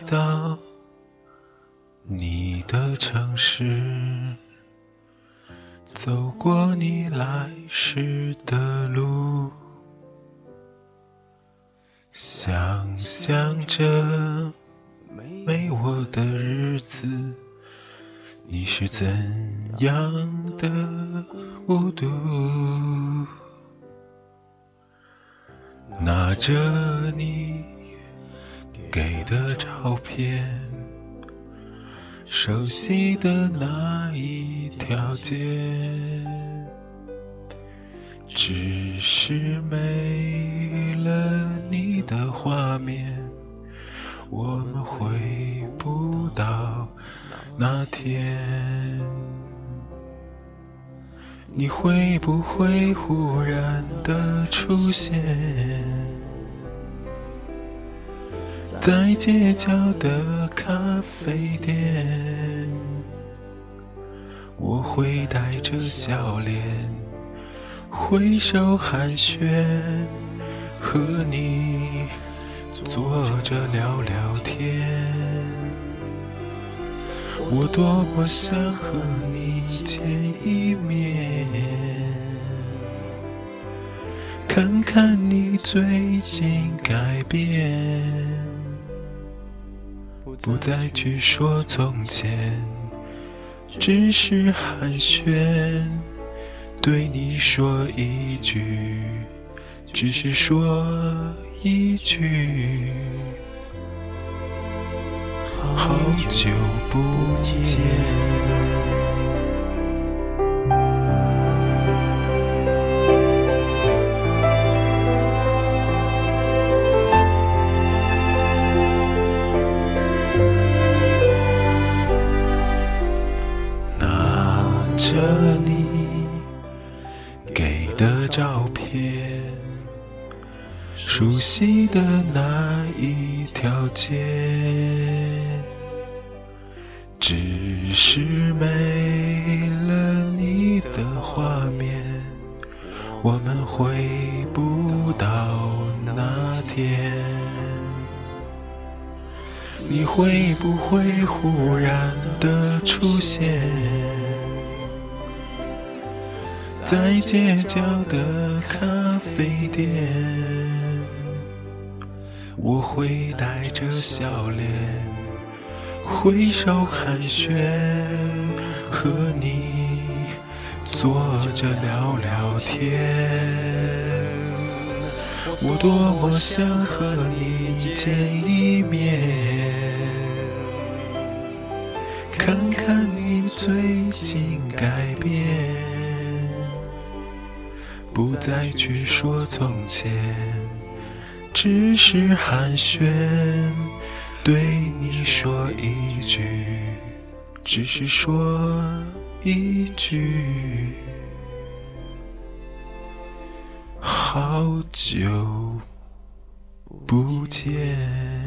到你的城市，走过你来时的路，想象着没我的日子，你是怎样的孤独。拿着你给的照片，熟悉的那一条街，只是没了你的画面，我们回不到那天。你会不会忽然的出现在街角的咖啡店？我会带着笑脸挥手寒暄，和你坐着聊聊天。我多么想和你见一面，看看你最近改变，不再去说从前，只是寒暄，对你说一句，只是说一句，好久不见。拿着你给的照片，熟悉的那一条街，只是没了你的画面，我们回不到那天。你会不会忽然的出现在街角的咖啡店？我会带着笑脸挥手寒暄，和你坐着聊聊天。我多么想和你见一面，看看你最近改变，不再去说从前，只是寒暄，对你说一句，只是说一句，好久不见。